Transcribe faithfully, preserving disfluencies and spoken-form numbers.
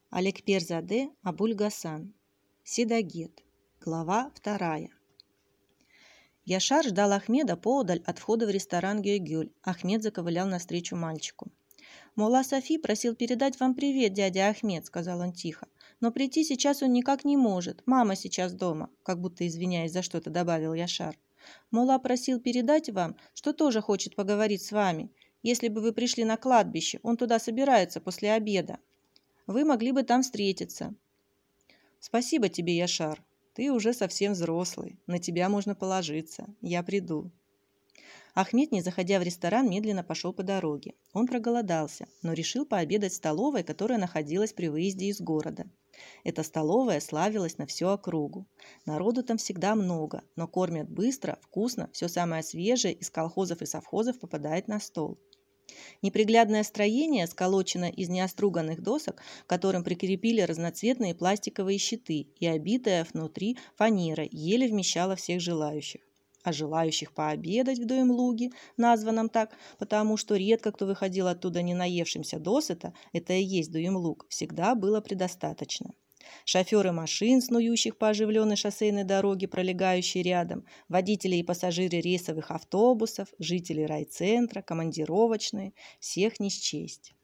Алекперзаде Абуль-Гасан. Седагет. Глава вторая. Яшар ждал Ахмеда поодаль от входа в ресторан Гюль-Гюль. Ахмед заковылял навстречу мальчику. «Молла Софи просил передать вам привет, дядя Ахмед», — сказал он тихо. «Но прийти сейчас он никак не может. Мама сейчас дома», — как будто извиняясь за что-то добавил Яшар. «Молла просил передать вам, что тоже хочет поговорить с вами. Если бы вы пришли на кладбище, он туда собирается после обеда. Вы могли бы там встретиться». «Спасибо тебе, Яшар. Ты уже совсем взрослый. На тебя можно положиться. Я приду». Ахмед, не заходя в ресторан, медленно пошел по дороге. Он проголодался, но решил пообедать в столовой, которая находилась при выезде из города. Эта столовая славилась на всю округу. Народу там всегда много, но кормят быстро, вкусно, все самое свежее из колхозов и совхозов попадает на стол. Неприглядное строение сколочено из неоструганных досок, к которым прикрепили разноцветные пластиковые щиты, и обитая внутри фанерой еле вмещало всех желающих. А желающих пообедать в Дуемлуге, названном так, потому что редко кто выходил оттуда не наевшимся досыта, это и есть Дуемлуг, всегда было предостаточно. Шоферы машин, снующих по оживленной шоссейной дороге, пролегающей рядом, водители и пассажиры рейсовых автобусов, жители райцентра, командировочные, всех не счесть.